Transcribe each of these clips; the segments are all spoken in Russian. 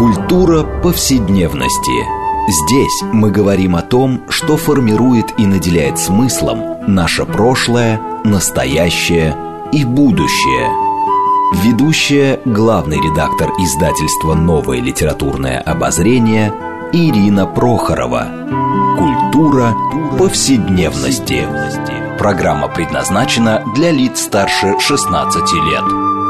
Культура повседневности. Здесь мы говорим о том, что формирует и наделяет смыслом наше прошлое, настоящее и будущее. Ведущая, главный редактор издательства «Новое литературное обозрение» Ирина Прохорова. Культура повседневности. Программа предназначена для лиц старше 16 лет.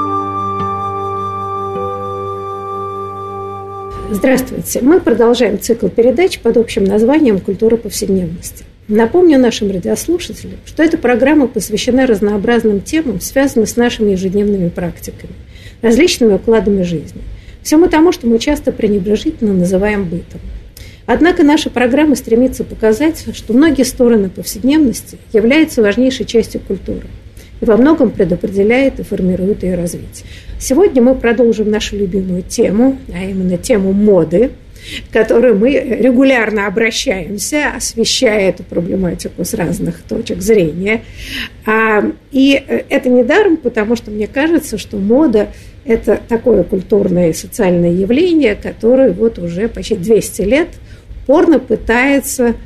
Здравствуйте! Мы продолжаем цикл передач под общим названием «Культура повседневности». Напомню нашим радиослушателям, что эта программа посвящена разнообразным темам, связанным с нашими ежедневными практиками, различными укладами жизни, всему тому, что мы часто пренебрежительно называем бытом. Однако наша программа стремится показать, что многие стороны повседневности являются важнейшей частью культуры и во многом предопределяет и формирует ее развитие. Сегодня мы продолжим нашу любимую тему, а именно тему моды, к которой мы регулярно обращаемся, освещая эту проблематику с разных точек зрения. И это недаром, потому что мне кажется, что мода – это такое культурное и социальное явление, которое вот уже почти 200 лет упорно пытается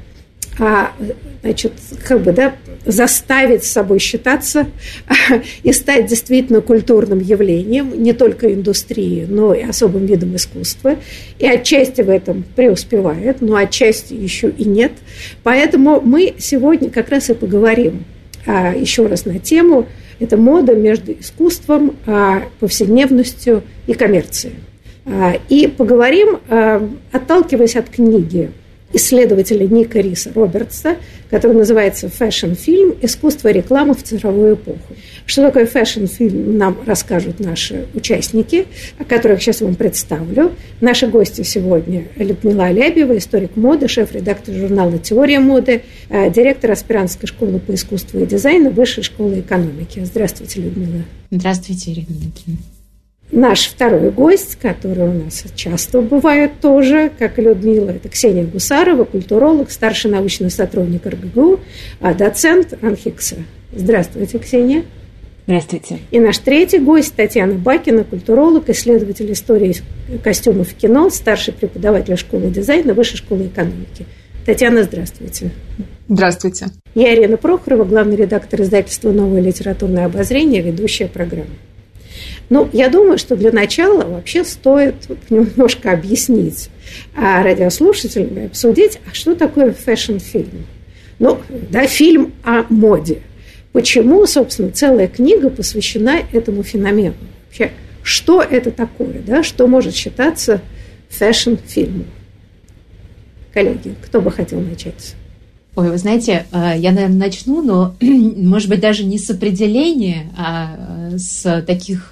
заставить с собой считаться и стать действительно культурным явлением, не только индустрии, но и особым видом искусства. И отчасти в этом преуспевает, но отчасти еще и нет. Поэтому мы сегодня как раз и поговорим еще раз на тему «Это мода между искусством, повседневностью и коммерцией». И поговорим, отталкиваясь от книги исследователя Ника Риса Робертса, который называется «Фэшн-фильм. Искусство рекламы в цифровую эпоху». Что такое фэшн-фильм, нам расскажут наши участники, которых сейчас вам представлю. Наши гости сегодня Людмила Алябьева, историк моды, шеф-редактор журнала «Теория моды», директор аспирантской школы по искусству и дизайну Высшей школы экономики. Здравствуйте, Людмила. Здравствуйте, Ирина Дмитриевна. Наш второй гость, который у нас часто бывает тоже, как и Людмила, это Ксения Гусарова, культуролог, старший научный сотрудник РГГУ, доцент РАНХИКСа. Здравствуйте, Ксения. Здравствуйте. И наш третий гость Татьяна Бакина, культуролог, исследователь истории костюмов в кино, старший преподаватель школы дизайна Высшей школы экономики. Татьяна, здравствуйте. Здравствуйте. Я Ирина Прохорова, главный редактор издательства «Новое литературное обозрение», ведущая программы. Я думаю, что для начала вообще стоит немножко объяснить радиослушателям и обсудить, что такое фэшн-фильм. Фильм о моде. Почему, собственно, целая книга посвящена этому феномену? Вообще, что это такое, что может считаться фэшн-фильмом? Коллеги, кто бы хотел начать? Ой, вы знаете, я, наверное, начну, но, может быть, даже не с определения, а с таких,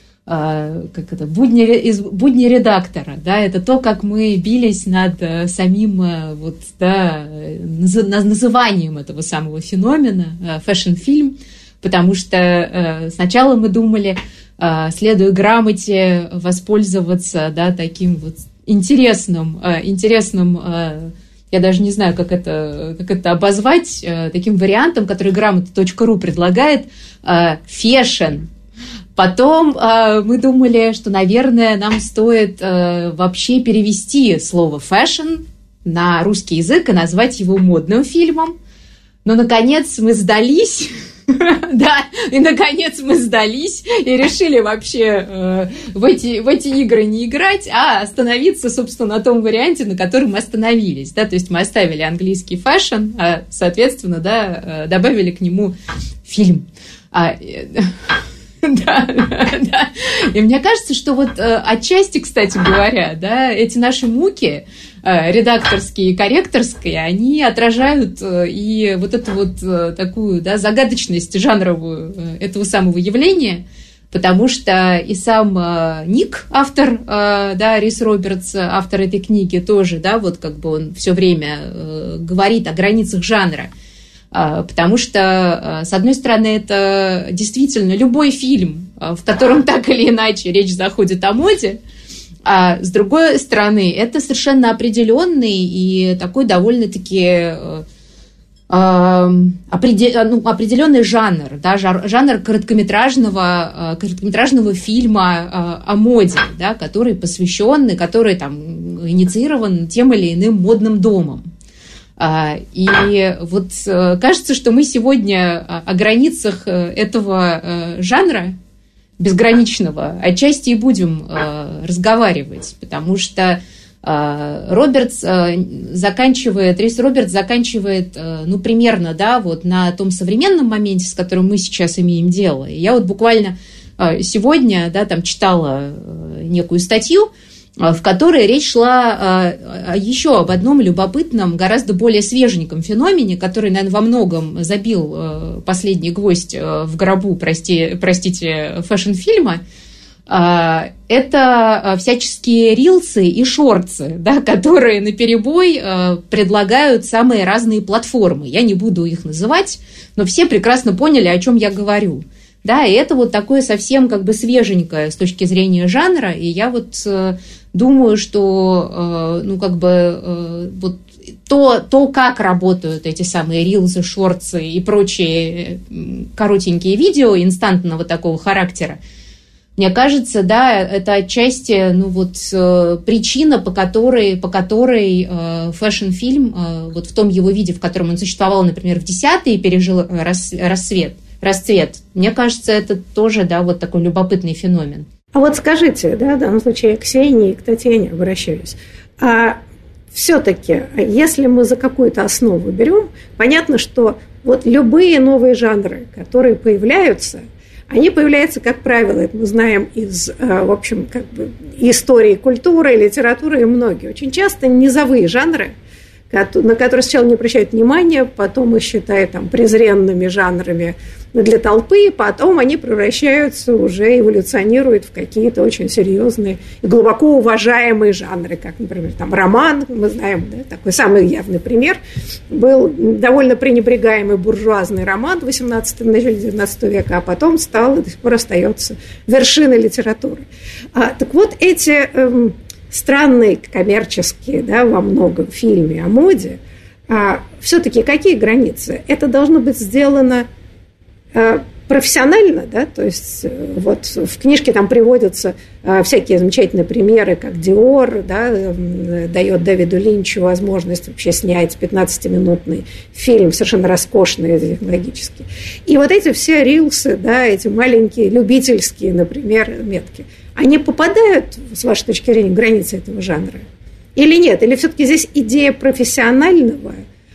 будни редактора. Это то, как мы бились над самим над называнием этого самого феномена фэшн-фильм, потому что сначала мы думали, следуя грамоте, воспользоваться таким интересным, я даже не знаю, как это обозвать, таким вариантом, который грамота.ру предлагает, фэшн. Потом мы думали, что, наверное, нам стоит вообще перевести слово фэшн на русский язык и назвать его модным фильмом. Но, наконец, мы сдались. Наконец мы сдались и решили вообще в эти игры не играть, а остановиться, собственно, на том варианте, на котором мы остановились. То есть мы оставили английский фэшн, а, соответственно, добавили к нему фильм. И мне кажется, что отчасти, кстати говоря, эти наши муки редакторские и корректорские, они отражают и эту такую загадочность жанровую этого самого явления, потому что и сам Ник, автор, Рис Робертс, автор этой книги, тоже, он все время говорит о границах жанра. Потому что, с одной стороны, это действительно любой фильм, в котором так или иначе речь заходит о моде, а с другой стороны, это совершенно определенный и такой довольно-таки определенный жанр, да, жанр короткометражного фильма о моде, да, который посвящен, который там инициирован тем или иным модным домом. И вот кажется, что мы сегодня о границах этого жанра безграничного отчасти и будем разговаривать, потому что Рис Робертс заканчивает, ну, примерно, да, вот на том современном моменте, с которым мы сейчас имеем дело. И я вот буквально сегодня, да, там читала некую статью, в которой речь шла еще об одном любопытном, гораздо более свеженьком феномене, который, наверное, во многом забил последний гвоздь в гробу, простите, фэшн-фильма. Это всяческие рилсы и шортсы, да, которые наперебой предлагают самые разные платформы. Я не буду их называть, но все прекрасно поняли, о чем я говорю. Да, и это вот такое совсем как бы свеженькое с точки зрения жанра, и я вот думаю, что ну как бы вот то, как работают эти самые рилсы, шортсы и прочие коротенькие видео инстантного такого характера, мне кажется, да, это отчасти, ну вот, причина, по которой фэшн-фильм, вот в том его виде, в котором он существовал, например, в 10-е, пережил расцвет. Мне кажется, это тоже, да, вот такой любопытный феномен. А вот скажите, да, в данном случае к Ксении и к Татьяне обращаюсь. А все-таки, если мы за какую-то основу берем, понятно, что вот любые новые жанры, которые появляются, они появляются, как правило, это мы знаем из, в общем, как бы истории культуры, литературы и многие. Очень часто низовые жанры, на которые сначала не обращают внимания, потом их считают там презренными жанрами для толпы, потом они превращаются, уже эволюционируют в какие-то очень серьезные и глубоко уважаемые жанры, как, например, там роман, мы знаем, да, такой самый явный пример, был довольно пренебрегаемый буржуазный роман в начале XIX века, а потом стал и до сих пор остается вершиной литературы. Так вот, эти странные, коммерческие, да, во многом фильме о моде, все-таки какие границы? Это должно быть сделано профессионально, да, то есть вот в книжке там приводятся всякие замечательные примеры, как Диор, да, дает Дэвиду Линчу возможность вообще снять 15-минутный фильм, совершенно роскошный технологически. И вот эти все рилсы, да, эти маленькие любительские, например, метки, они попадают, с вашей точки зрения, в границы этого жанра? Или нет? Или все-таки здесь идея профессионального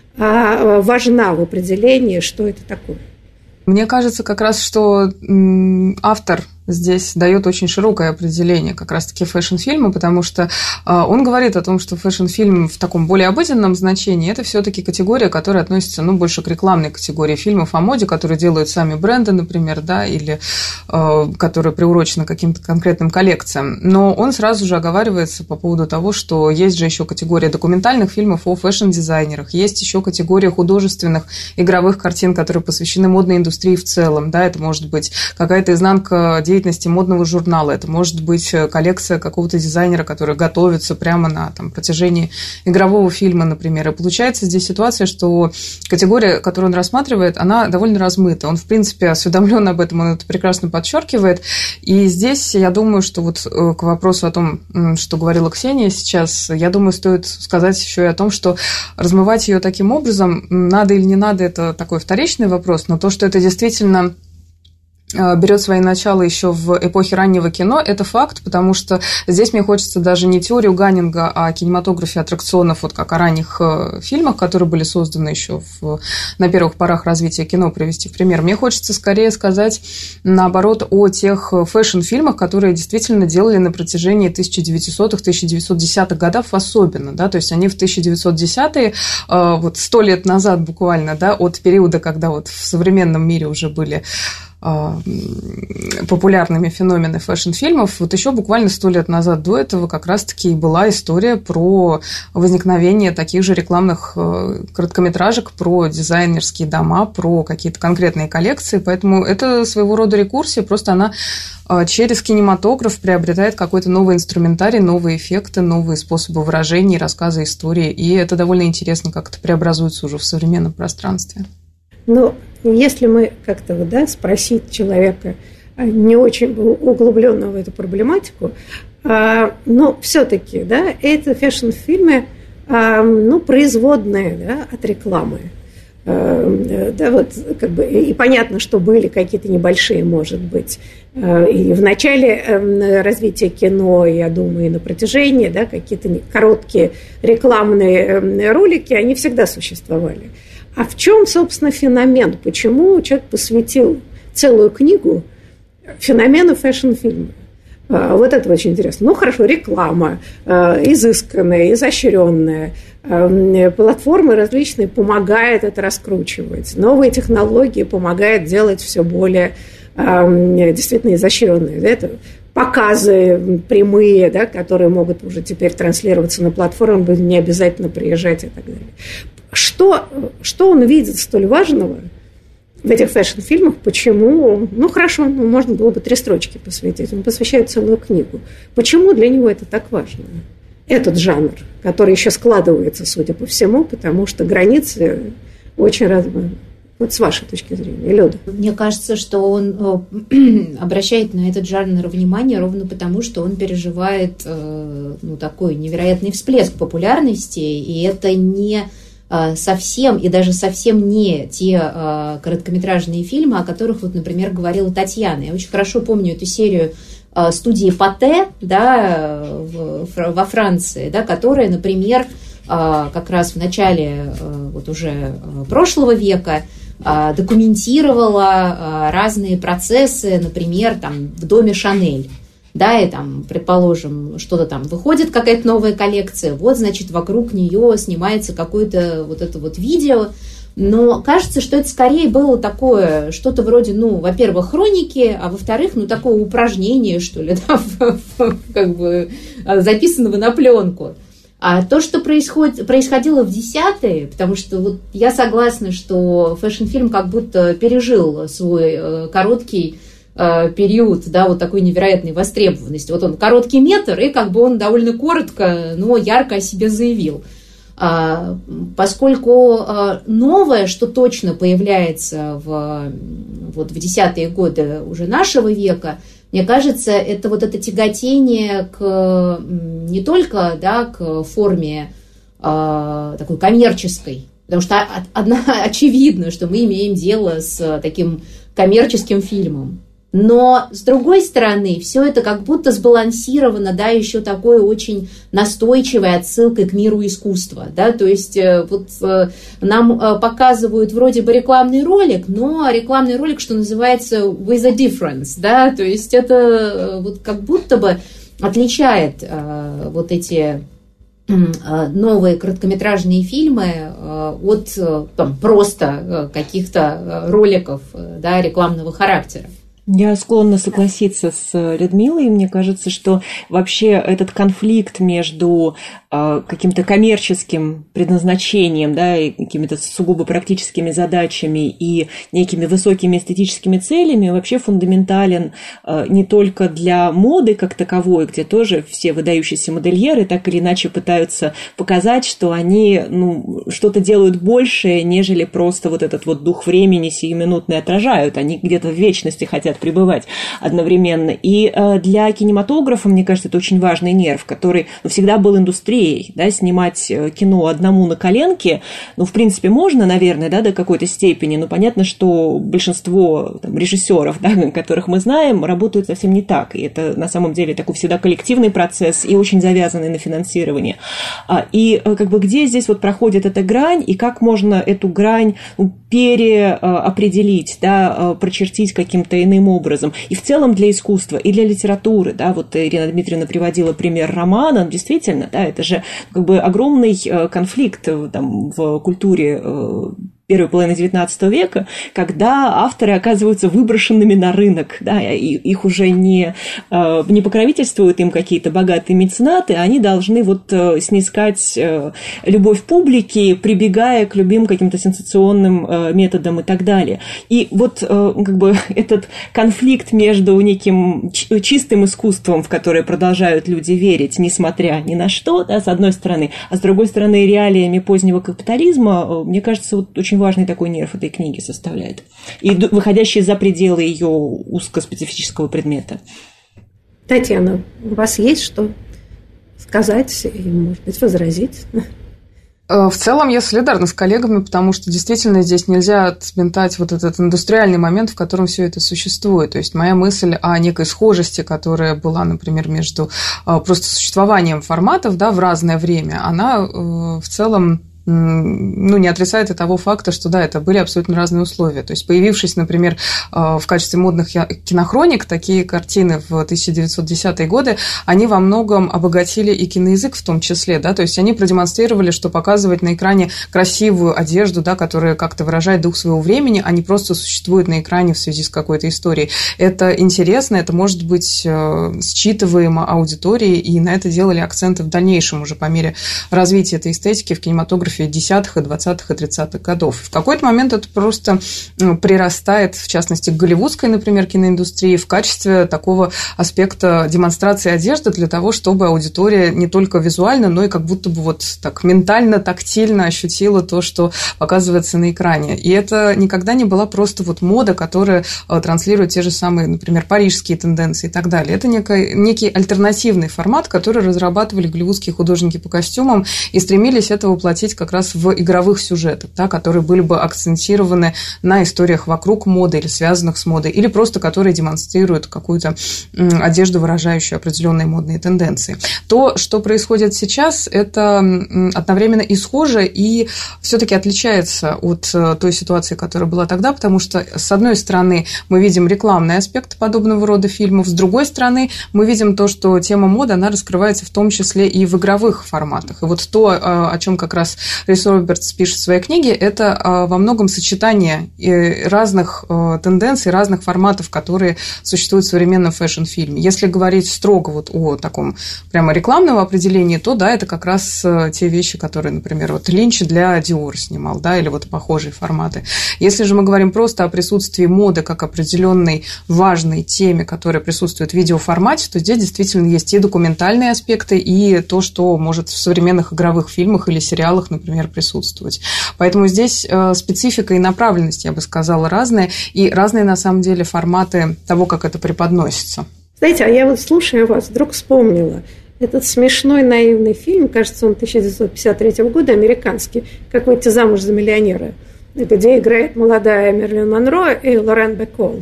важна в определении, что это такое? Мне кажется как раз, что автор здесь дает очень широкое определение как раз-таки фэшн-фильма, потому что он говорит о том, что фэшн-фильм в таком более обыденном значении – это все-таки категория, которая относится, ну, больше к рекламной категории фильмов о моде, которые делают сами бренды, например, да, или которые приурочены к каким-то конкретным коллекциям. Но он сразу же оговаривается по поводу того, что есть же еще категория документальных фильмов о фэшн-дизайнерах, есть еще категория художественных игровых картин, которые посвящены модной индустрии в целом, да, это может быть какая-то изнанка деятельности модного журнала, это может быть коллекция какого-то дизайнера, который готовится прямо на там, протяжении игрового фильма, например. И получается здесь ситуация, что категория, которую он рассматривает, она довольно размыта. Он, в принципе, осведомлен об этом, он это прекрасно подчеркивает. И здесь я думаю, что вот к вопросу о том, что говорила Ксения сейчас, я думаю, стоит сказать еще и о том, что размывать ее таким образом, надо или не надо, это такой вторичный вопрос, но то, что это действительно берет свои начала еще в эпохе раннего кино, это факт, потому что здесь мне хочется даже не теорию Ганнинга о кинематографе аттракционов, вот как о ранних фильмах, которые были созданы еще на первых порах развития кино, привести в пример. Мне хочется скорее сказать, наоборот, о тех фэшн-фильмах, которые действительно делали на протяжении 1900-х, 1910-х годов особенно, да, то есть они в 1910-е, вот 100 лет назад буквально, да, от периода, когда вот в современном мире уже были популярными феномены фэшн-фильмов. Вот еще буквально 100 лет назад до этого как раз-таки была история про возникновение таких же рекламных короткометражек, про дизайнерские дома, про какие-то конкретные коллекции. Поэтому это своего рода рекурсия, просто она через кинематограф приобретает какой-то новый инструментарий, новые эффекты, новые способы выражения, рассказа истории. И это довольно интересно, как это преобразуется уже в современном пространстве. Ну, если мы как-то спросить человека, не очень углубленного в эту проблематику, но все-таки, это фэшн-фильмы, производные, от рекламы. И понятно, что были какие-то небольшие, может быть, и в начале развития кино, я думаю, и на протяжении, какие-то короткие рекламные ролики, они всегда существовали. А в чем, собственно, феномен? Почему человек посвятил целую книгу феномену фэшн-фильма? Вот это очень интересно. Хорошо, реклама изысканная, изощренная, платформы различные помогают это раскручивать. Новые технологии помогают делать все более действительно изощренные. Это показы прямые, которые могут уже теперь транслироваться на платформах, не обязательно приезжать и так далее. Что он видит столь важного в этих фэшн-фильмах? Почему? Хорошо, можно было бы 3 строчки посвятить. Он посвящает целую книгу. Почему для него это так важно? Этот жанр, который еще складывается, судя по всему, потому что границы очень разные. Вот с вашей точки зрения, Люда. Мне кажется, что он обращает на этот жанр внимание ровно потому, что он переживает такой невероятный всплеск популярности, и это не совсем, и даже совсем не те короткометражные фильмы, о которых, например, говорила Татьяна. Я очень хорошо помню эту серию студии Патэ, во Франции, которая, например, как раз в начале уже прошлого века документировала разные процессы, например, в доме Шанель. И предположим, что-то выходит, какая-то новая коллекция, значит, вокруг нее снимается какое-то это видео. Но кажется, что это скорее было такое, что-то вроде, во-первых, хроники, а во-вторых, такое упражнение, что ли, записанного на пленку. А то, что происходило в 10-е, потому что я согласна, что фэшн-фильм как будто пережил свой короткий период, такой невероятной востребованности. Он короткий метр, и он довольно коротко, но ярко о себе заявил. Поскольку новое, что точно появляется в 10-е годы уже нашего века, мне кажется, это это тяготение не только к форме такой коммерческой, потому что очевидно, что мы имеем дело с таким коммерческим фильмом. Но, с другой стороны, все это как будто сбалансировано, еще такой очень настойчивой отсылкой к миру искусства. То есть нам показывают вроде бы рекламный ролик, но рекламный ролик, что называется, with a difference. То есть это как будто бы отличает эти новые короткометражные фильмы от просто каких-то роликов рекламного характера. Я склонна согласиться с Людмилой. Мне кажется, что вообще этот конфликт между каким-то коммерческим предназначением, и какими-то сугубо практическими задачами и некими высокими эстетическими целями вообще фундаментален не только для моды как таковой, где тоже все выдающиеся модельеры так или иначе пытаются показать, что они что-то делают большее, нежели просто этот дух времени сиюминутный отражают. Они где-то в вечности хотят пребывать одновременно. И для кинематографа, мне кажется, это очень важный нерв, который всегда был индустрией. Снимать кино одному на коленке, в принципе, можно, наверное, до какой-то степени, но понятно, что большинство режиссеров, которых мы знаем, работают совсем не так. И это на самом деле такой всегда коллективный процесс и очень завязанный на финансирование. И где здесь проходит эта грань, и как можно эту грань переопределить, прочертить каким-то иным образом. И в целом для искусства, и для литературы. Ирина Дмитриевна приводила пример романа. Действительно, это же огромный конфликт в культуре первой половины XIX века, когда авторы оказываются выброшенными на рынок, да, и их уже не покровительствуют им какие-то богатые меценаты, они должны вот снискать любовь публики, прибегая к любым каким-то сенсационным методам и так далее. И вот как бы этот конфликт между неким чистым искусством, в которое продолжают люди верить, несмотря ни на что, да, с одной стороны, а с другой стороны, реалиями позднего капитализма, мне кажется, вот очень важный такой нерв этой книги составляет, и выходящий за пределы ее узкоспецифического предмета. Татьяна, у вас есть что сказать и, может быть, возразить? В целом я солидарна с коллегами, потому что действительно здесь нельзя сметать вот этот индустриальный момент, в котором все это существует. То есть моя мысль о некой схожести, которая была, например, между просто существованием форматов, да, в разное время, она в целом не отрицает и того факта, что, да, это были абсолютно разные условия. То есть, появившись, например, в качестве модных кинохроник, такие картины в 1910-е годы, они во многом обогатили и киноязык в том числе, да, то есть, они продемонстрировали, что показывать на экране красивую одежду, да, которая как-то выражает дух своего времени, а не просто существует на экране в связи с какой-то историей. Это интересно, это может быть считываемо аудиторией, и на это делали акценты в дальнейшем уже по мере развития этой эстетики в кинематографе 10-х, 20-х и 30-х годов. В какой-то момент это просто прирастает, в частности, к голливудской, например, киноиндустрии в качестве такого аспекта демонстрации одежды для того, чтобы аудитория не только визуально, но и как будто бы вот так ментально, тактильно ощутила то, что показывается на экране. И это никогда не была просто вот мода, которая транслирует те же самые, например, парижские тенденции и так далее. Это некий альтернативный формат, который разрабатывали голливудские художники по костюмам и стремились это воплотить как раз в игровых сюжетах, да, которые были бы акцентированы на историях вокруг моды или связанных с модой, или просто которые демонстрируют какую-то одежду, выражающую определенные модные тенденции. То, что происходит сейчас, это одновременно и схоже, и все-таки отличается от той ситуации, которая была тогда, потому что, с одной стороны, мы видим рекламный аспект подобного рода фильмов, с другой стороны, мы видим то, что тема моды, она раскрывается в том числе и в игровых форматах. И вот то, о чем как раз Рис Робертс пишет в своей книге, это во многом сочетание разных тенденций, разных форматов, которые существуют в современном фэшн-фильме. Если говорить строго вот о таком прямо рекламном определении, то да, это как раз те вещи, которые, например, вот Линч для Dior снимал, да, или вот похожие форматы. Если же мы говорим просто о присутствии моды как определенной важной теме, которая присутствует в видеоформате, то здесь действительно есть и документальные аспекты, и то, что может в современных игровых фильмах или сериалах, например, присутствовать. Поэтому здесь специфика и направленность, я бы сказала, разные, и разные, на самом деле, форматы того, как это преподносится. Знаете, а я вот, слушая вас, вдруг вспомнила этот смешной наивный фильм, кажется, он 1953 года, американский, «Как выйти замуж за миллионера», где играет молодая Мерлин Монро и Лорен Бакол.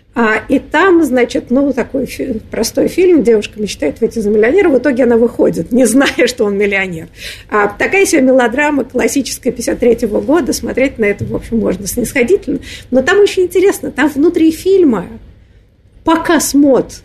И там, значит, такой простой фильм, девушка мечтает выйти за миллионера, в итоге она выходит, не зная, что он миллионер. Такая себе мелодрама классическая 53-го года, смотреть на это, в общем, можно снисходительно. Но там очень интересно, там внутри фильма показ мод,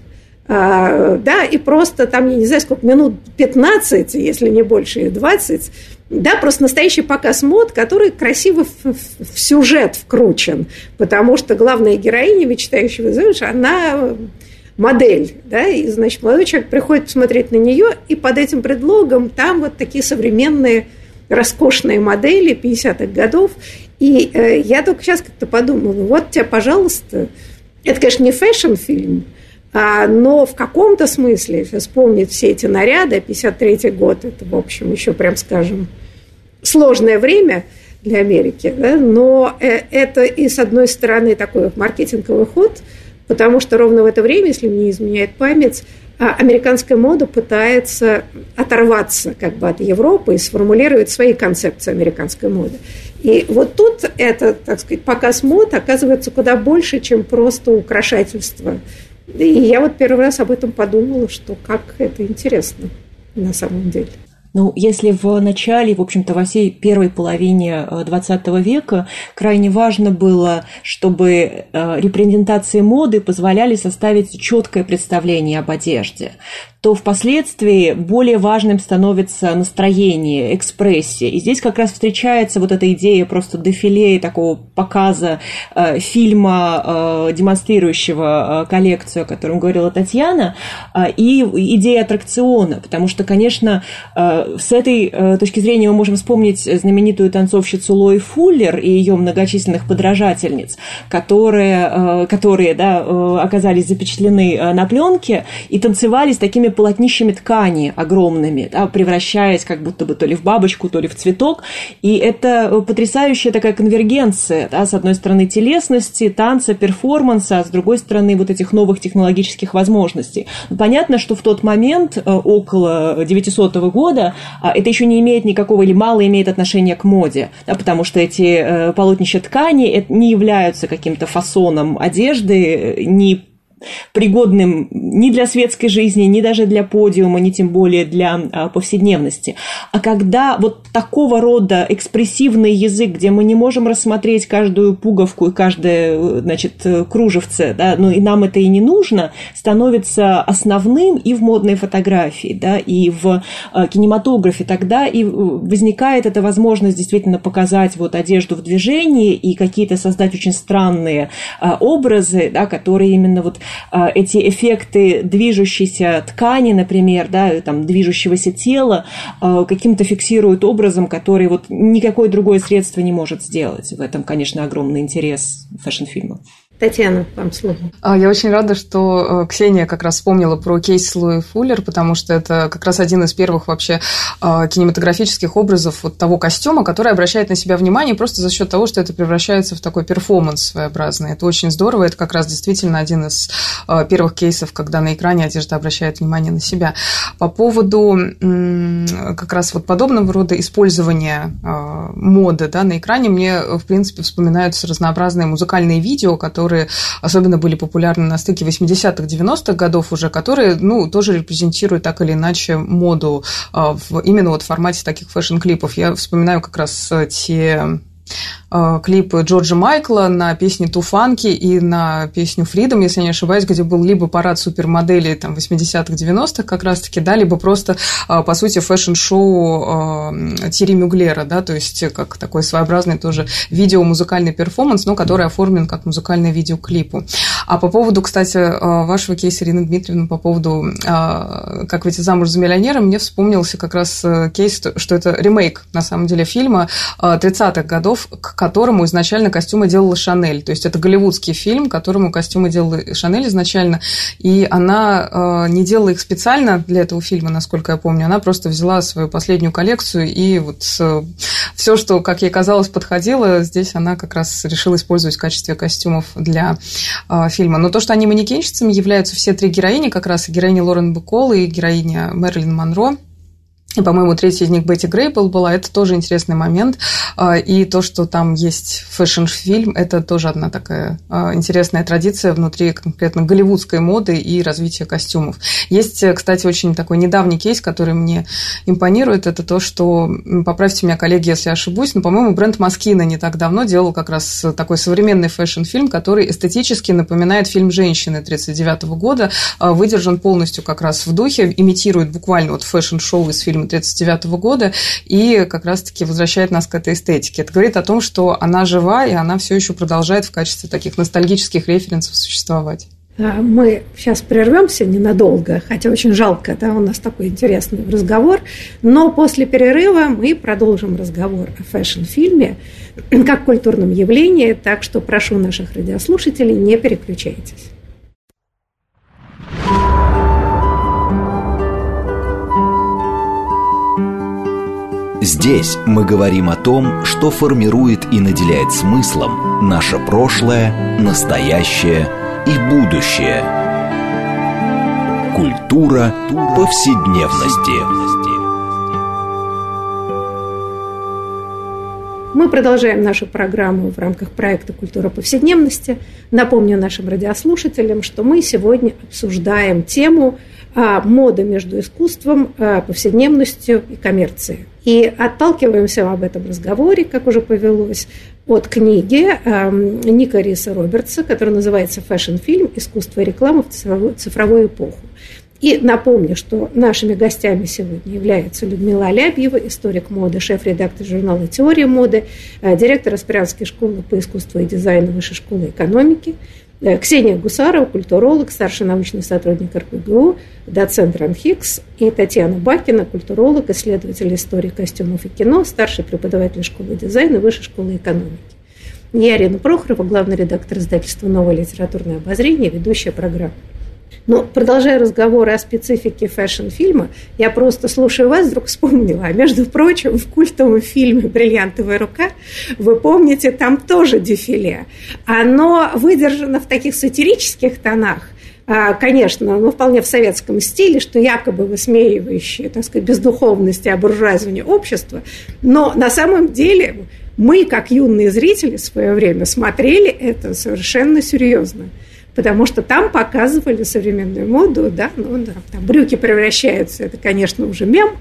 да, и просто там, я не знаю, сколько, минут 15, если не больше, и 20, да, просто настоящий показ мод, который красиво в сюжет вкручен, потому что главная героиня, мечтающая замуж, она модель, да, и, значит, молодой человек приходит посмотреть на нее, и под этим предлогом там вот такие современные роскошные модели 50-х годов, и я только сейчас как-то подумала, вот тебе, пожалуйста, это, конечно, не фэшн-фильм, но в каком-то смысле, если вспомнить все эти наряды, 53-й год, это, в общем, еще, прям скажем, сложное время для Америки, да? Но это и, с одной стороны, такой маркетинговый ход, потому что ровно в это время, если мне не изменяет память, американская мода пытается оторваться как бы от Европы и сформулировать свои концепции американской моды. И вот тут это, так сказать, показ мод оказывается куда больше, чем просто украшательство. И я вот первый раз об этом подумала, что как это интересно на самом деле. Ну, если в начале, в общем-то, во всей первой половине XX века крайне важно было, чтобы репрезентации моды позволяли составить четкое представление об одежде, то впоследствии более важным становится настроение, экспрессия. И здесь как раз встречается вот эта идея просто дефиле, такого показа фильма, демонстрирующего коллекцию, о котором говорила Татьяна, и идея аттракциона, потому что, конечно, с этой точки зрения мы можем вспомнить знаменитую танцовщицу Лои Фуллер и ее многочисленных подражательниц, которые оказались запечатлены на пленке и танцевали с такими полотнищами ткани огромными, да, превращаясь как будто бы то ли в бабочку, то ли в цветок. И это потрясающая такая конвергенция, да, с одной стороны телесности, танца, перформанса, а с другой стороны вот этих новых технологических возможностей. Понятно, что в тот момент, около 900 года, это еще не имеет никакого или мало имеет отношения к моде, да, потому что эти полотнища ткани не являются каким-то фасоном одежды, не пригодным ни для светской жизни, ни даже для подиума, ни тем более для повседневности. А когда вот такого рода экспрессивный язык, где мы не можем рассмотреть каждую пуговку и каждое, значит, кружевце, да, но и нам это и не нужно, становится основным и в модной фотографии, да, и в кинематографе, тогда и возникает эта возможность действительно показать вот одежду в движении и какие-то создать очень странные образы, да, которые именно вот эти эффекты движущейся ткани, например, да, там, движущегося тела каким-то фиксируют образом, который вот никакое другое средство не может сделать. В этом, конечно, огромный интерес фэшн-фильма. Татьяна, вам слово. Я очень рада, что Ксения как раз вспомнила про кейс Лои Фуллер, потому что это как раз один из первых вообще кинематографических образов вот того костюма, который обращает на себя внимание просто за счет того, что это превращается в такой перформанс своеобразный. Это очень здорово, это как раз действительно один из первых кейсов, когда на экране одежда обращает внимание на себя. По поводу как раз вот подобного рода использования моды, да, на экране, мне, в принципе, вспоминаются разнообразные музыкальные видео, которые особенно были популярны на стыке 80-х, 90-х годов уже, которые, ну, тоже репрезентируют так или иначе моду именно вот в формате таких фэшн-клипов. Я вспоминаю как раз те клипы Джорджа Майкла на песни «Too Funky» и на песню «Freedom», если я не ошибаюсь, где был либо парад супермоделей там, 80-х, 90-х как раз-таки, да, либо просто, по сути, фэшн-шоу Тири Мюглера, да, то есть как такой своеобразный тоже видео-музыкальный перформанс, но который оформлен как музыкальный видеоклипу. А по поводу, кстати, вашего кейса, Ирина Дмитриевна, по поводу «Как выйти замуж за миллионера», мне вспомнился как раз кейс, что это ремейк, на самом деле, фильма 30-х годов, к которому изначально костюмы делала Шанель. То есть это голливудский фильм, к которому костюмы делала Шанель изначально, и она не делала их специально для этого фильма, насколько я помню, она просто взяла свою последнюю коллекцию, и вот все, что, как ей казалось, подходило, здесь она как раз решила использовать в качестве костюмов для фильма. Но то, что они манекенщицами являются все три героини, как раз и героиня Лорен Бакол, и героиня Мэрилин Монро, и, по-моему, третья из них Бетти Грейпл была, это тоже интересный момент. И то, что там есть фэшн-фильм, это тоже одна такая интересная традиция внутри конкретно голливудской моды и развития костюмов. Есть, кстати, очень такой недавний кейс, который мне импонирует, это то, что, поправьте меня, коллеги, если я ошибусь, но, по-моему, бренд Москина не так давно делал как раз такой современный фэшн-фильм, который эстетически напоминает фильм «Женщины» 1939 года, выдержан полностью как раз в духе, имитирует буквально вот фэшн-шоу из фильма 1939 года и как раз-таки возвращает нас к этой эстетике. Это говорит о том, что она жива, и она все еще продолжает в качестве таких ностальгических референсов существовать. Мы сейчас прервемся ненадолго, хотя очень жалко, да, у нас такой интересный разговор, но после перерыва мы продолжим разговор о фэшн-фильме как культурном явлении, так что прошу наших радиослушателей, не переключайтесь. Здесь мы говорим о том, что формирует и наделяет смыслом наше прошлое, настоящее и будущее. Культура повседневности. Мы продолжаем нашу программу в рамках проекта «Культура повседневности». Напомню нашим радиослушателям, что мы сегодня обсуждаем тему мода между искусством, повседневностью и коммерцией. И отталкиваемся в этом разговоре, как уже повелось, от книги Ника Риса Робертса, которая называется «Фэшн-фильм. Искусство и реклама в цифровую эпоху». И напомню, что нашими гостями сегодня являются Людмила Алябьева, историк моды, шеф-редактор журнала «Теория моды», директор аспирантской школы по искусству и дизайну Высшей школы экономики, Ксения Гусарова, культуролог, старший научный сотрудник РГГУ, доцент РАНХИКС, и Татьяна Бакина, культуролог, исследователь истории костюмов и кино, старший преподаватель школы дизайна Высшей школы экономики. Я Ирина Прохорова, главный редактор издательства «Новое литературное обозрение», ведущая программы. Но, продолжая разговоры о специфике фэшн-фильма, я просто, слушая вас, вдруг вспомнила. А между прочим, в культовом фильме «Бриллиантовая рука», вы помните, там тоже дефиле. Оно выдержано в таких сатирических тонах, конечно, но вполне в советском стиле, что якобы высмеивающие, так сказать, бездуховность и обуржуазивание общества. Но на самом деле мы, как юные зрители в свое время, смотрели это совершенно серьезно. Потому что там показывали современную моду, да, там брюки превращаются, это, конечно, уже мем,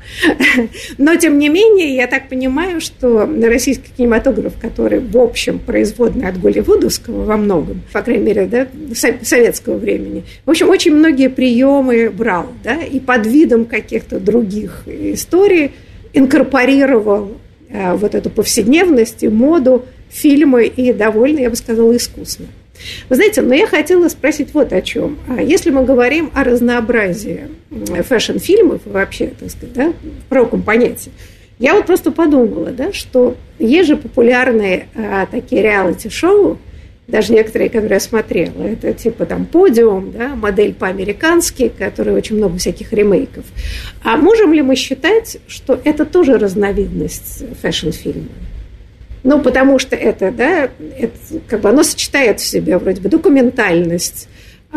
но, тем не менее, я так понимаю, что российский кинематограф, который, в общем, производный от голливудовского во многом, по крайней мере, да, советского времени, в общем, очень многие приемы брал, да, и под видом каких-то других историй инкорпорировал вот эту повседневность и моду, фильмы, и довольно, я бы сказала, искусно. Вы знаете, но я хотела спросить вот о чем. Если мы говорим о разнообразии фэшн-фильмов, вообще, так сказать, да, в широком понятии, я вот просто подумала, да, что есть же популярные такие реалити-шоу, даже некоторые, которые я смотрела, это типа там «Подиум», да, «Модель по-американски», которые очень много всяких ремейков. А можем ли мы считать, что это тоже разновидность фэшн-фильма? Ну, потому что это, да, это, как бы оно сочетает в себе вроде бы документальность,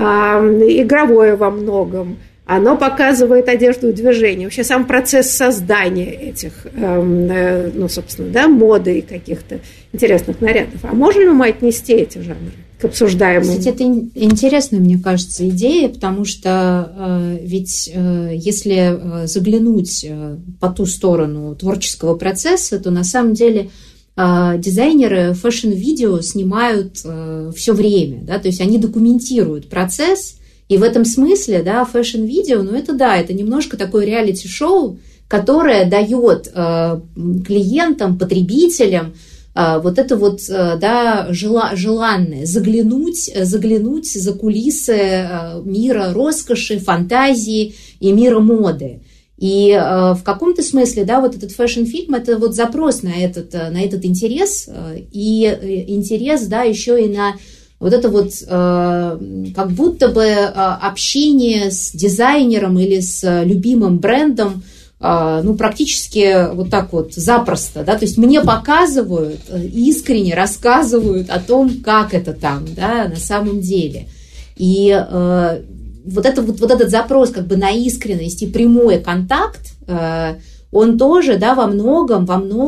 игровое во многом, оно показывает одежду и движение. Вообще сам процесс создания этих, ну, собственно, да, моды и каких-то интересных нарядов. А можем ли мы отнести эти жанры к обсуждаемым? Кстати, это интересная, мне кажется, идея, потому что ведь если заглянуть по ту сторону творческого процесса, то на самом деле дизайнеры фэшн-видео снимают все время, да, то есть они документируют процесс, и в этом смысле, да, фэшн-видео, ну это да, это немножко такое реалити-шоу, которое дает клиентам, потребителям вот это вот, да, желанное заглянуть за кулисы мира роскоши, фантазии и мира моды. И в каком-то смысле, да, вот этот фэшн-фильм – это вот запрос на этот интерес, и интерес, да, еще и на вот это вот как будто бы общение с дизайнером или с любимым брендом, ну, практически вот так вот запросто, да, то есть мне показывают, искренне рассказывают о том, как это там, да, на самом деле. И вот этот запрос как бы на искренность и прямой контакт, он тоже, да, во многом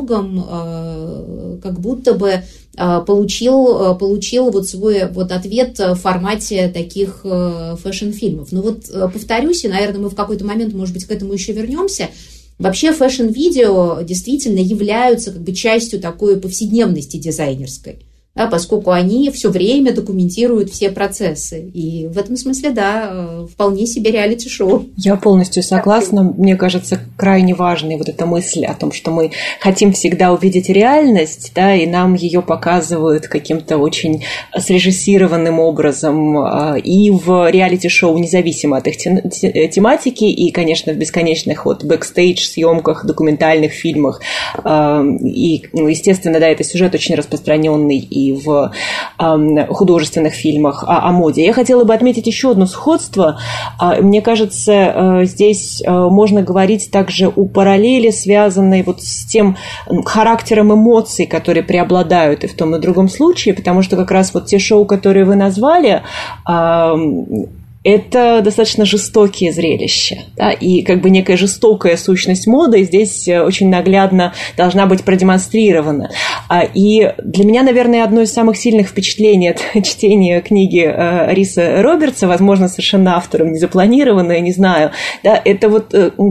как будто бы получил вот свой вот ответ в формате таких фэшн-фильмов. Но вот повторюсь, и, наверное, мы в какой-то момент, может быть, к этому еще вернемся. Вообще фэшн-видео действительно являются как бы частью такой повседневности дизайнерской. Да, поскольку они все время документируют все процессы. И в этом смысле, да, вполне себе реалити-шоу. Я полностью согласна. Мне кажется, крайне важной вот эта мысль о том, что мы хотим всегда увидеть реальность, да, и нам ее показывают каким-то очень срежиссированным образом и в реалити-шоу, независимо от их тематики, и, конечно, в бесконечных вот бэкстейдж-съемках, документальных фильмах. И, ну, естественно, да, это сюжет очень распространенный и в художественных фильмах о моде. Я хотела бы отметить еще одно сходство. Мне кажется, здесь можно говорить также о параллели, связанной вот с тем характером эмоций, которые преобладают и в том, и в другом случае, потому что как раз вот те шоу, которые вы назвали, это достаточно жестокие зрелища, да, и как бы некая жестокая сущность моды здесь очень наглядно должна быть продемонстрирована. И для меня, наверное, одно из самых сильных впечатлений от чтения книги Риса Робертса, возможно, совершенно автором не запланированное, не знаю, да, это вот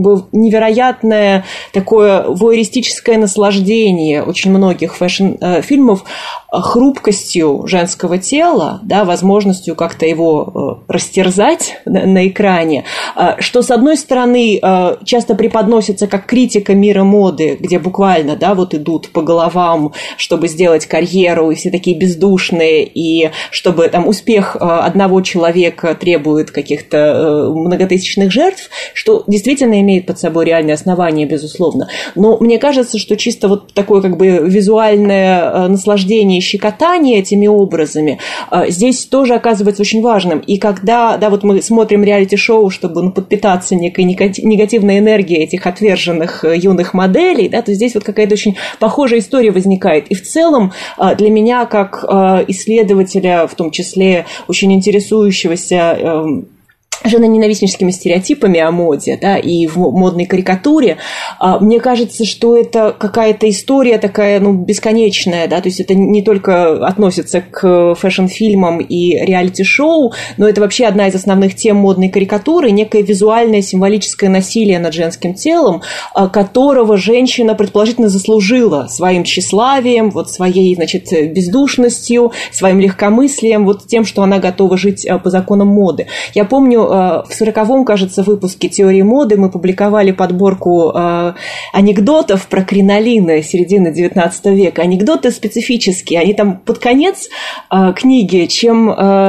невероятное такое вуэристическое наслаждение очень многих фэшн-фильмов хрупкостью женского тела, да, возможностью как-то его растерзать на экране, что, с одной стороны, часто преподносится как критика мира моды, где буквально, да, вот идут по головам, чтобы сделать карьеру, и все такие бездушные, и чтобы там успех одного человека требует каких-то многотысячных жертв, что действительно имеет под собой реальное основание, безусловно. Но мне кажется, что чисто вот такое как бы визуальное наслаждение и щекотание этими образами здесь тоже оказывается очень важным. И когда, да, вот мы смотрим реалити-шоу, чтобы подпитаться некой негативной энергией этих отверженных юных моделей, да, то здесь вот какая-то очень похожая история возникает. И в целом для меня, как исследователя, в том числе очень интересующегося женоненавистническими стереотипами о моде, да, и в модной карикатуре, мне кажется, что это какая-то история такая, бесконечная, да, то есть это не только относится к фэшн-фильмам и реалити-шоу, но это вообще одна из основных тем модной карикатуры, некое визуальное символическое насилие над женским телом, которого женщина предположительно заслужила своим тщеславием, вот своей, значит, бездушностью, своим легкомыслием, вот тем, что она готова жить по законам моды. Я помню, в 40-м, кажется, выпуске «Теории моды» мы публиковали подборку анекдотов про кринолины середины XIX века. Анекдоты специфические. Они там под конец книги, чем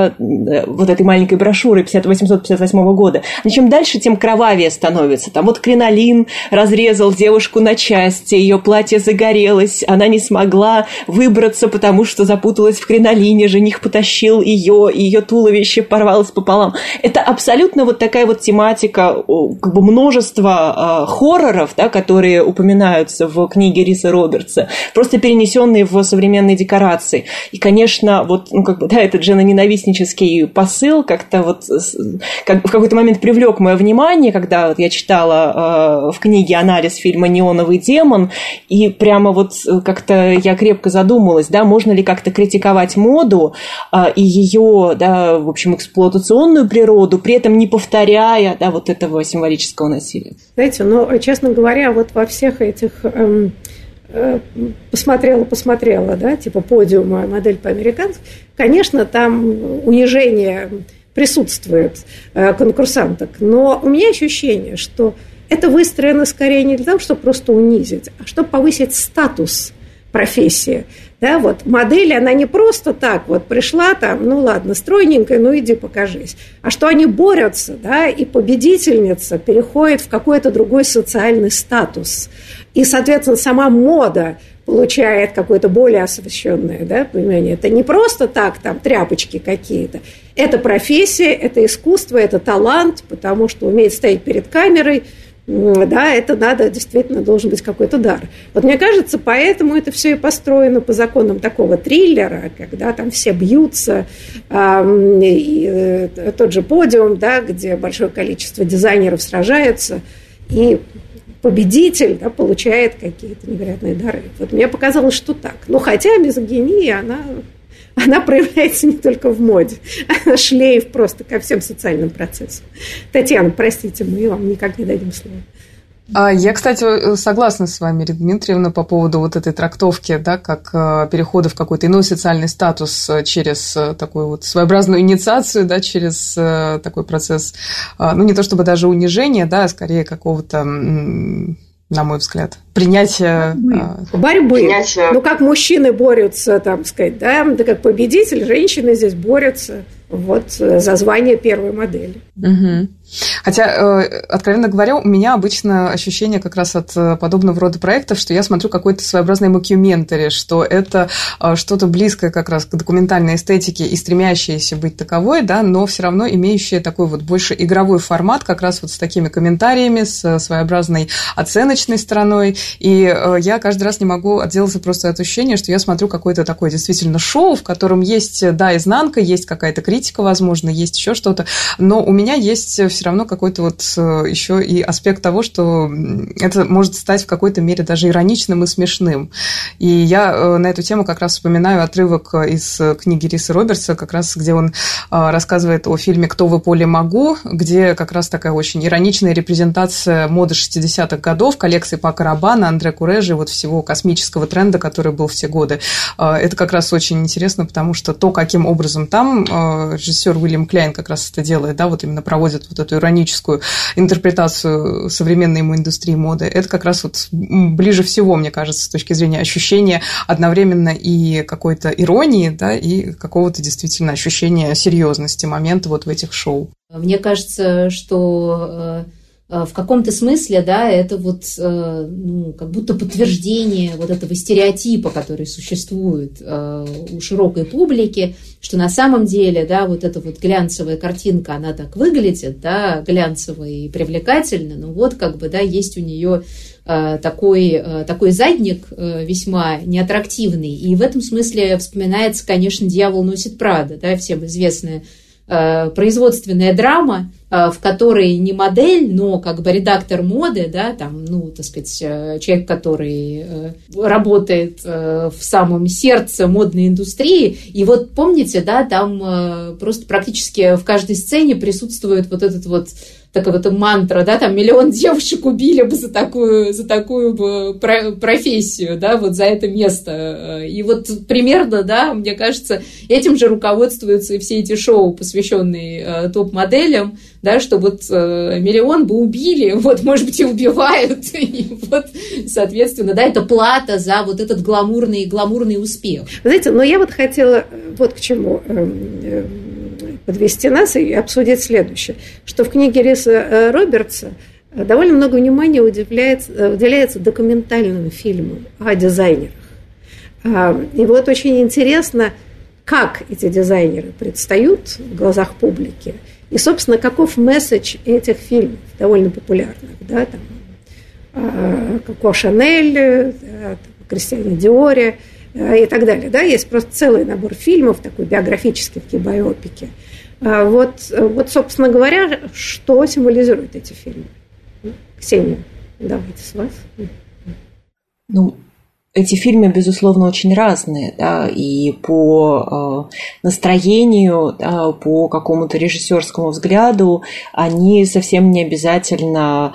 вот этой маленькой брошюры 1858 года, чем дальше, тем кровавее становится. Там вот кринолин разрезал девушку на части, ее платье загорелось, она не смогла выбраться, потому что запуталась в кринолине, жених потащил ее, и ее туловище порвалось пополам. Это абсолютно вот такая вот тематика, как бы множество хорроров, да, которые упоминаются в книге Риса Робертса, просто перенесенные в современные декорации. И, конечно, вот, как бы, да, этот женоненавистнический посыл как-то вот в какой-то момент привлек мое внимание, когда вот я читала в книге анализ фильма «Неоновый демон», и прямо вот как-то я крепко задумалась, да, можно ли как-то критиковать моду и ее, да, в общем, эксплуатационную природу, при этом не повторяя, да, вот этого символического насилия. Знаете, но, честно говоря, вот во всех этих посмотрела, да, типа подиума, модель по-американски, конечно, там унижение присутствует конкурсанток, но у меня ощущение, что это выстроено скорее не для того, чтобы просто унизить, а чтобы повысить статус профессии. Да, вот модель, она не просто так вот пришла там, ну ладно, стройненькая, ну иди покажись. А что они борются, да, и победительница переходит в какой-то другой социальный статус. И, соответственно, сама мода получает какое-то более освещенное, да, понимание. Это не просто так, там, тряпочки какие-то. Это профессия, это искусство, это талант, потому что уметь стоять перед камерой, да, это надо, действительно, должен быть какой-то дар. Вот мне кажется, поэтому это все и построено по законам такого триллера, когда там все бьются, и тот же подиум, да, где большое количество дизайнеров сражаются, и победитель, да, получает какие-то невероятные дары. Вот мне показалось, что так. Но хотя мизогиния, она проявляется не только в моде, она шлейф просто ко всем социальным процессам. Татьяна, простите, мы вам никак не дадим слова. Я, кстати, согласна с вами, Ирина Дмитриевна, по поводу вот этой трактовки, да, как перехода в какой-то иной социальный статус через такую вот своеобразную инициацию, да, через такой процесс, ну, не то чтобы даже унижения, да, а скорее какого-то, на мой взгляд, принятия... Борьбы. Ну, как мужчины борются, там, сказать, да, как победитель, женщины здесь борются вот за звание первой модели. Угу. Хотя, откровенно говоря, у меня обычно ощущение как раз от подобного рода проектов, что я смотрю какой-то своеобразный мокюментари, что это что-то близкое как раз к документальной эстетике и стремящееся быть таковой, да, но все равно имеющее такой вот больше игровой формат, как раз вот с такими комментариями, с своеобразной оценочной стороной. И я каждый раз не могу отделаться просто от ощущения, что я смотрю какое-то такое действительно шоу, в котором есть, да, изнанка, есть какая-то критика, возможно, есть еще что-то, но у меня есть все равно какой-то вот еще и аспект того, что это может стать в какой-то мере даже ироничным и смешным. И я на эту тему как раз вспоминаю отрывок из книги Риса Робертса, как раз где он рассказывает о фильме «Кто вы, Поле Магу», где как раз такая очень ироничная репрезентация моды 60-х годов, коллекции Пако Раббана, Андре Курежи, вот всего космического тренда, который был в те годы. Это как раз очень интересно, потому что то, каким образом там режиссер Уильям Кляйн как раз это делает, да, вот именно проводит вот эту ироническую интерпретацию современной ему индустрии моды, это как раз вот ближе всего, мне кажется, с точки зрения ощущения одновременно и какой-то иронии, да, и какого-то действительно ощущения серьезности момента вот в этих шоу. Мне кажется, что в каком-то смысле, да, это вот, ну, как будто подтверждение вот этого стереотипа, который существует у широкой публики, что на самом деле, да, вот эта вот глянцевая картинка, она так выглядит, да, глянцево и привлекательно, но вот как бы, да, есть у нее такой задник весьма неаттрактивный, и в этом смысле вспоминается, конечно, «Дьявол носит Прада», да, всем известная производственная драма, в которой не модель, но как бы редактор моды, да, там, ну, так сказать, человек, который работает в самом сердце модной индустрии. И вот помните, да, там просто практически в каждой сцене присутствует вот этот вот такая вот мантра, да, там 1 000 000 девушек убили бы за такую бы профессию, да, вот за это место. И вот примерно, да, мне кажется, этим же руководствуются и все эти шоу, посвященные топ-моделям, да, что вот 1 000 000 бы убили, вот, может быть, и убивают, и вот, соответственно, да, это плата за вот этот гламурный успех. Знаете, но я вот хотела вот к чему подвести нас и обсудить следующее, что в книге Риса Робертса довольно много внимания уделяется документальным фильмам о дизайнерах. И вот очень интересно, как эти дизайнеры предстают в глазах публики, и, собственно, каков месседж этих фильмов, довольно популярных, да, там, Коко Шанель, да, Кристиане Диоре и так далее. Да, есть просто целый набор фильмов, такой биографический, такие байопики. Вот, собственно говоря, что символизируют эти фильмы? Ксения, давайте с вас. Ну, эти фильмы, безусловно, очень разные, да, и по настроению, да, по какому-то режиссерскому взгляду они совсем не обязательно,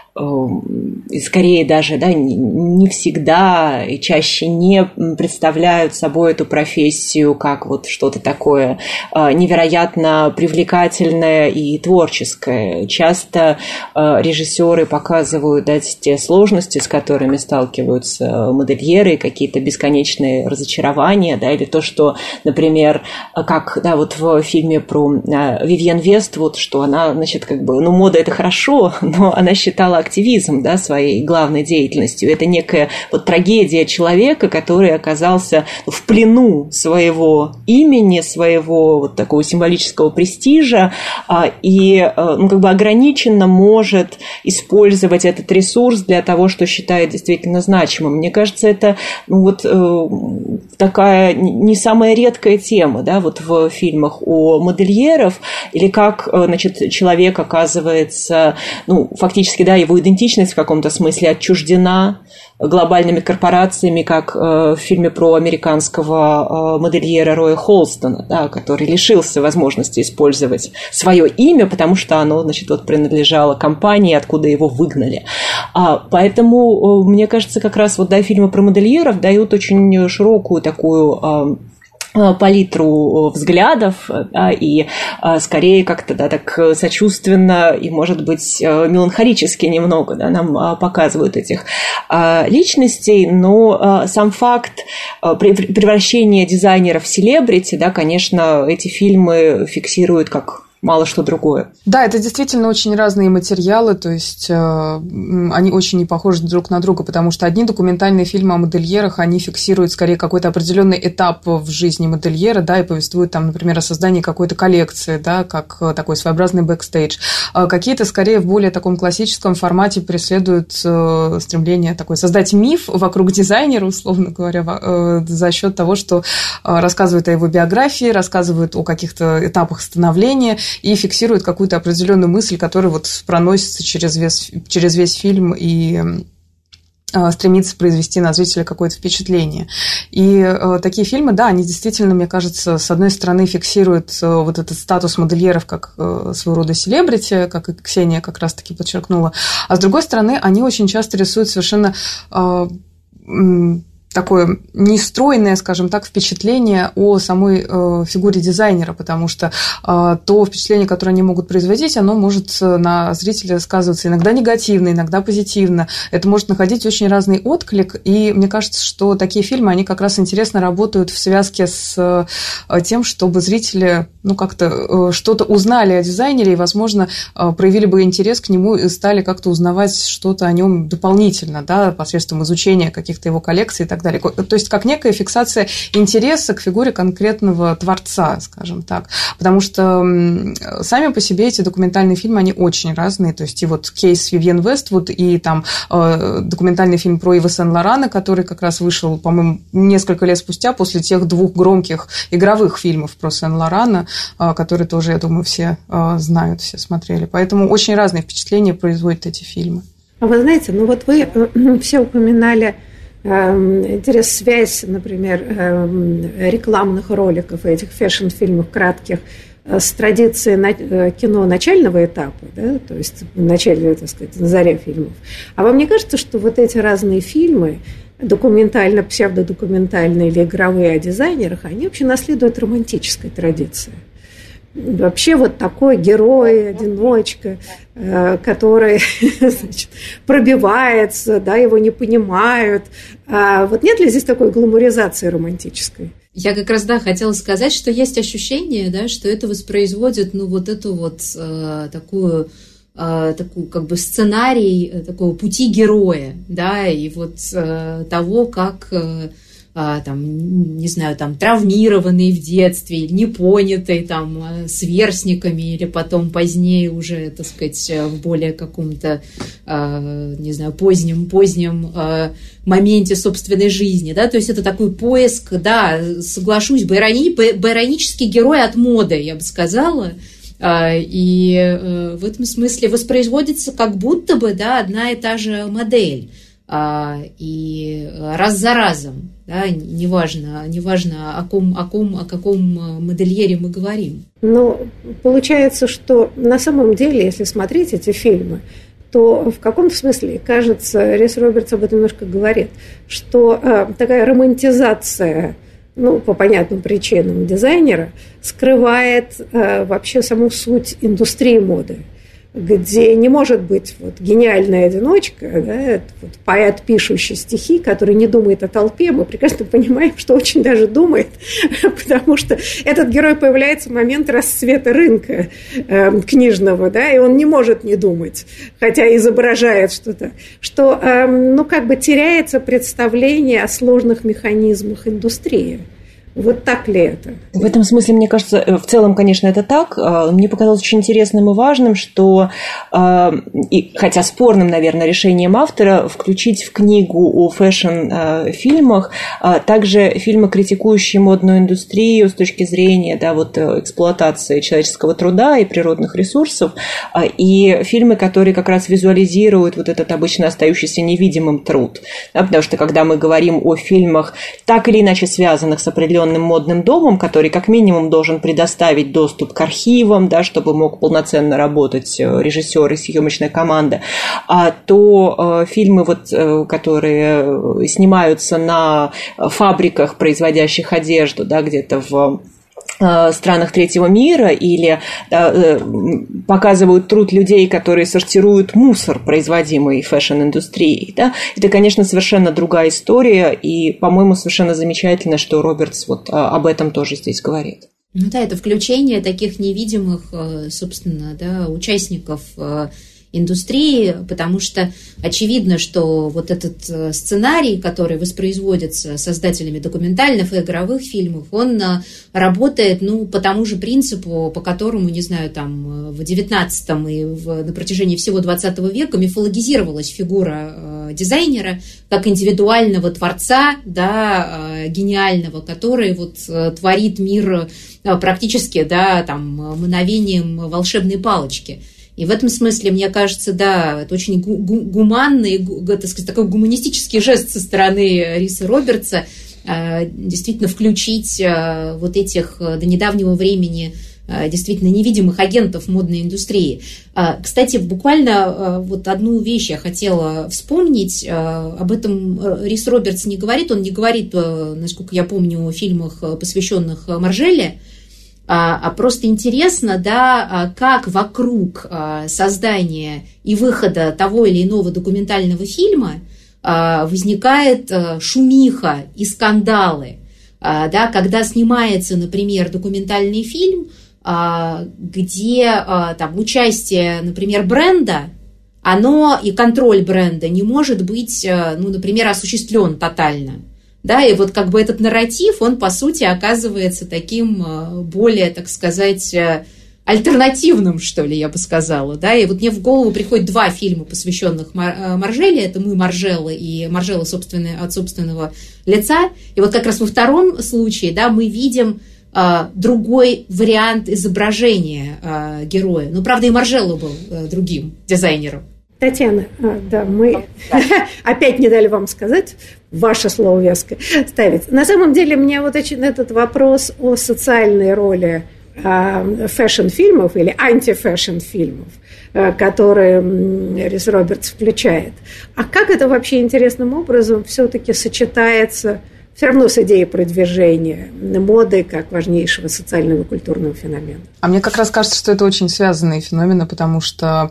скорее даже, да, не всегда и чаще не представляют собой эту профессию как вот что-то такое невероятно привлекательное и творческое. Часто режиссеры показывают, да, те сложности, с которыми сталкиваются модельеры, какие-то бесконечные разочарования, да, или то, что, например, как, да, вот в фильме про Вивьен Вествуд, что она, значит, как бы, ну, мода – это хорошо, но она считала активизм, да, своей главной деятельностью. Это некая вот трагедия человека, который оказался в плену своего имени, своего вот такого символического престижа и, ну, как бы ограниченно может использовать этот ресурс для того, что считает действительно значимым. Мне кажется, это, ну, вот такая не самая редкая тема, да, вот в фильмах о модельеров, или как, значит, человек оказывается, ну, фактически, да, его идентичность в каком-то смысле отчуждена глобальными корпорациями, как в фильме про американского модельера Роя Холстона, да, который лишился возможности использовать свое имя, потому что оно, значит, вот принадлежало компании, откуда его выгнали. Поэтому, мне кажется, как раз вот, да, фильмы про модельеров дают очень широкую такую палитру взглядов, да, и скорее как-то, да, так сочувственно и, может быть, меланхолически немного, да, нам показывают этих личностей, но сам факт превращения дизайнеров в селебрити, да, конечно, эти фильмы фиксируют как мало что другое. Да, это действительно очень разные материалы, то есть они очень не похожи друг на друга, потому что одни документальные фильмы о модельерах, они фиксируют скорее какой-то определенный этап в жизни модельера, да, и повествуют там, например, о создании какой-то коллекции, да, как такой своеобразный бэкстейдж. Какие-то скорее в более таком классическом формате преследуют стремление такое создать миф вокруг дизайнера, условно говоря, за счет того, что рассказывают о его биографии, рассказывают о каких-то этапах становления и фиксируют какую-то определенную мысль, которая вот проносится через весь фильм и стремится произвести на зрителя какое-то впечатление. И такие фильмы, да, они действительно, мне кажется, с одной стороны фиксируют вот этот статус модельеров как своего рода селебрити, как и Ксения как раз-таки подчеркнула, а с другой стороны, они очень часто рисуют совершенно такое нестройное, скажем так, впечатление о самой фигуре дизайнера, потому что то впечатление, которое они могут производить, оно может на зрителя сказываться иногда негативно, иногда позитивно. Это может находить очень разный отклик, и мне кажется, что такие фильмы, они как раз интересно работают в связке с тем, чтобы зрители, ну, как-то что-то узнали о дизайнере и, возможно, проявили бы интерес к нему и стали как-то узнавать что-то о нем дополнительно, да, посредством изучения каких-то его коллекций и так далее. То есть как некая фиксация интереса к фигуре конкретного творца, скажем так. Потому что сами по себе эти документальные фильмы, они очень разные. То есть и вот кейс Вивьен Вествуд, и там документальный фильм про Ива Сен-Лорана, который как раз вышел, по-моему, несколько лет спустя после тех двух громких игровых фильмов про Сен-Лорана, которые тоже, я думаю, все знают, все смотрели. Поэтому очень разные впечатления производят эти фильмы. А вы знаете, ну вот вы все упоминали связь, например, рекламных роликов, этих фэшн-фильмов кратких с традицией кино начального этапа, да, то есть в начале, так сказать, на заре фильмов. А вам не кажется, что вот эти разные фильмы, документально, псевдодокументальные или игровые о дизайнерах, они вообще наследуют романтической традиции? Вообще вот такой герой, одиночка, который, значит, пробивается, да, его не понимают. Вот нет ли здесь такой гламуризации романтической? Я как раз, да, хотела сказать, что есть ощущение, да, что это воспроизводит, ну, вот эту вот такую как бы сценарий такого пути героя, да, и вот того, как... там, не знаю, там, травмированный в детстве, или непонятый там сверстниками, или потом позднее уже, так сказать, в более каком-то, не знаю, позднем моменте собственной жизни, да, то есть это такой поиск, да, соглашусь, байронический герой от моды, я бы сказала, и в этом смысле воспроизводится как будто бы, да, одна и та же модель. И раз за разом, да, неважно, о каком модельере мы говорим. Ну, получается, что на самом деле, если смотреть эти фильмы, то в каком-то смысле, кажется, Рис Робертс об этом немножко говорит, что такая романтизация, ну, по понятным причинам, дизайнера скрывает вообще саму суть индустрии моды, где не может быть вот гениальная одиночка, да, вот поэт, пишущий стихи, который не думает о толпе. Мы прекрасно понимаем, что очень даже думает, потому что этот герой появляется в момент расцвета рынка книжного, да, и он не может не думать, хотя изображает что-то, что, ну, как бы теряется представление о сложных механизмах индустрии. Вот так ли это? В этом смысле, мне кажется, в целом, конечно, это так. Мне показалось очень интересным и важным, что, хотя спорным, наверное, решением автора, включить в книгу о фэшн-фильмах также фильмы, критикующие модную индустрию с точки зрения, да, вот, эксплуатации человеческого труда и природных ресурсов, и фильмы, которые как раз визуализируют вот этот обычно остающийся невидимым труд. Да, потому что, когда мы говорим о фильмах, так или иначе связанных с определенным модным домом, который как минимум должен предоставить доступ к архивам, да, чтобы мог полноценно работать режиссер и съемочная команда, то фильмы, вот, которые снимаются на фабриках, производящих одежду, да, где-то в странах третьего мира, или показывают труд людей, которые сортируют мусор, производимый фэшн-индустрией. Да? Это, конечно, совершенно другая история, и, по-моему, совершенно замечательно, что Робертс вот об этом тоже здесь говорит. Ну да, это включение таких невидимых, собственно, да, участников индустрии, потому что очевидно, что вот этот сценарий, который воспроизводится создателями документальных и игровых фильмов, он работает, ну, по тому же принципу, по которому, не знаю, там, в XIX и на протяжении всего XX века мифологизировалась фигура дизайнера как индивидуального творца, да, гениального, который вот творит мир практически, да, там, мгновением волшебной палочки. И в этом смысле, мне кажется, да, это очень гуманный, так сказать, такой гуманистический жест со стороны Риса Робертса действительно включить вот этих до недавнего времени действительно невидимых агентов модной индустрии. Кстати, буквально вот одну вещь я хотела вспомнить. Об этом Рис Робертс не говорит. Он не говорит, насколько я помню, о фильмах, посвященных Маржелле. А просто интересно, да, как вокруг создания и выхода того или иного документального фильма возникает шумиха и скандалы. Да, когда снимается, например, документальный фильм, где там участие, например, бренда, оно и контроль бренда не может быть, ну, например, осуществлен тотально. Да, и вот как бы этот нарратив, он, по сути, оказывается таким более, так сказать, альтернативным, что ли, я бы сказала. Да? И вот мне в голову приходят два фильма, посвященных Маржелле. Это «Мы, Маржелла» и «Маржелла от собственного лица». И вот как раз во втором случае, да, мы видим другой вариант изображения героя. Ну, правда, и Маржелла был другим дизайнером. Татьяна, да, мы опять не дали вам сказать, ваше слово веское ставить. На самом деле, меня вот очень этот вопрос о социальной роли фэшн-фильмов или анти-фэшн-фильмов, которые Рис Робертс включает. А как это вообще интересным образом все-таки сочетается все равно с идеей продвижения моды как важнейшего социального и культурного феномена? А мне как раз кажется, что это очень связанные феномены, потому что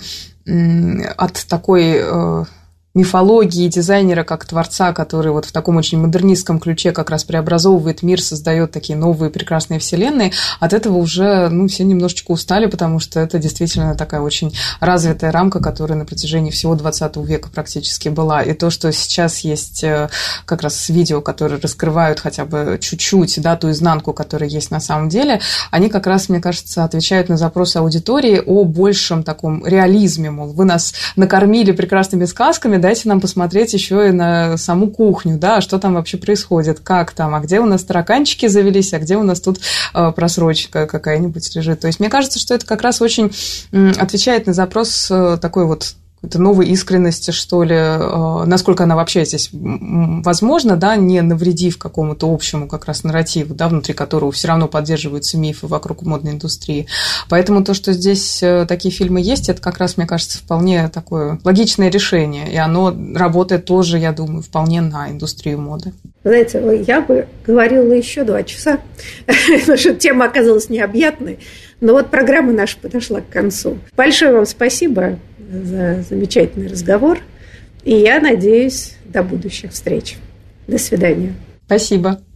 от такой мифологии дизайнера как творца, который вот в таком очень модернистском ключе как раз преобразовывает мир, создает такие новые прекрасные вселенные, от этого уже, ну, все немножечко устали, потому что это действительно такая очень развитая рамка, которая на протяжении всего 20 века практически была. И то, что сейчас есть как раз видео, которые раскрывают хотя бы чуть-чуть, да, ту изнанку, которая есть на самом деле, они как раз, мне кажется, отвечают на запросы аудитории о большем таком реализме, мол, вы нас накормили прекрасными сказками, дайте нам посмотреть еще и на саму кухню, да, что там вообще происходит, как там, а где у нас тараканчики завелись, а где у нас тут просрочка какая-нибудь лежит. То есть мне кажется, что это как раз очень отвечает на запрос такой вот какой-то новой искренности, что ли, насколько она вообще здесь возможна, да, не навредив какому-то общему как раз нарративу, да, внутри которого все равно поддерживаются мифы вокруг модной индустрии. Поэтому то, что здесь такие фильмы есть, это как раз, мне кажется, вполне такое логичное решение, и оно работает тоже, я думаю, вполне на индустрию моды. Знаете, я бы говорила еще 2 часа, потому что тема оказалась необъятной, но вот программа наша подошла к концу. Большое вам спасибо за замечательный разговор, и я надеюсь, до будущих встреч. До свидания. Спасибо.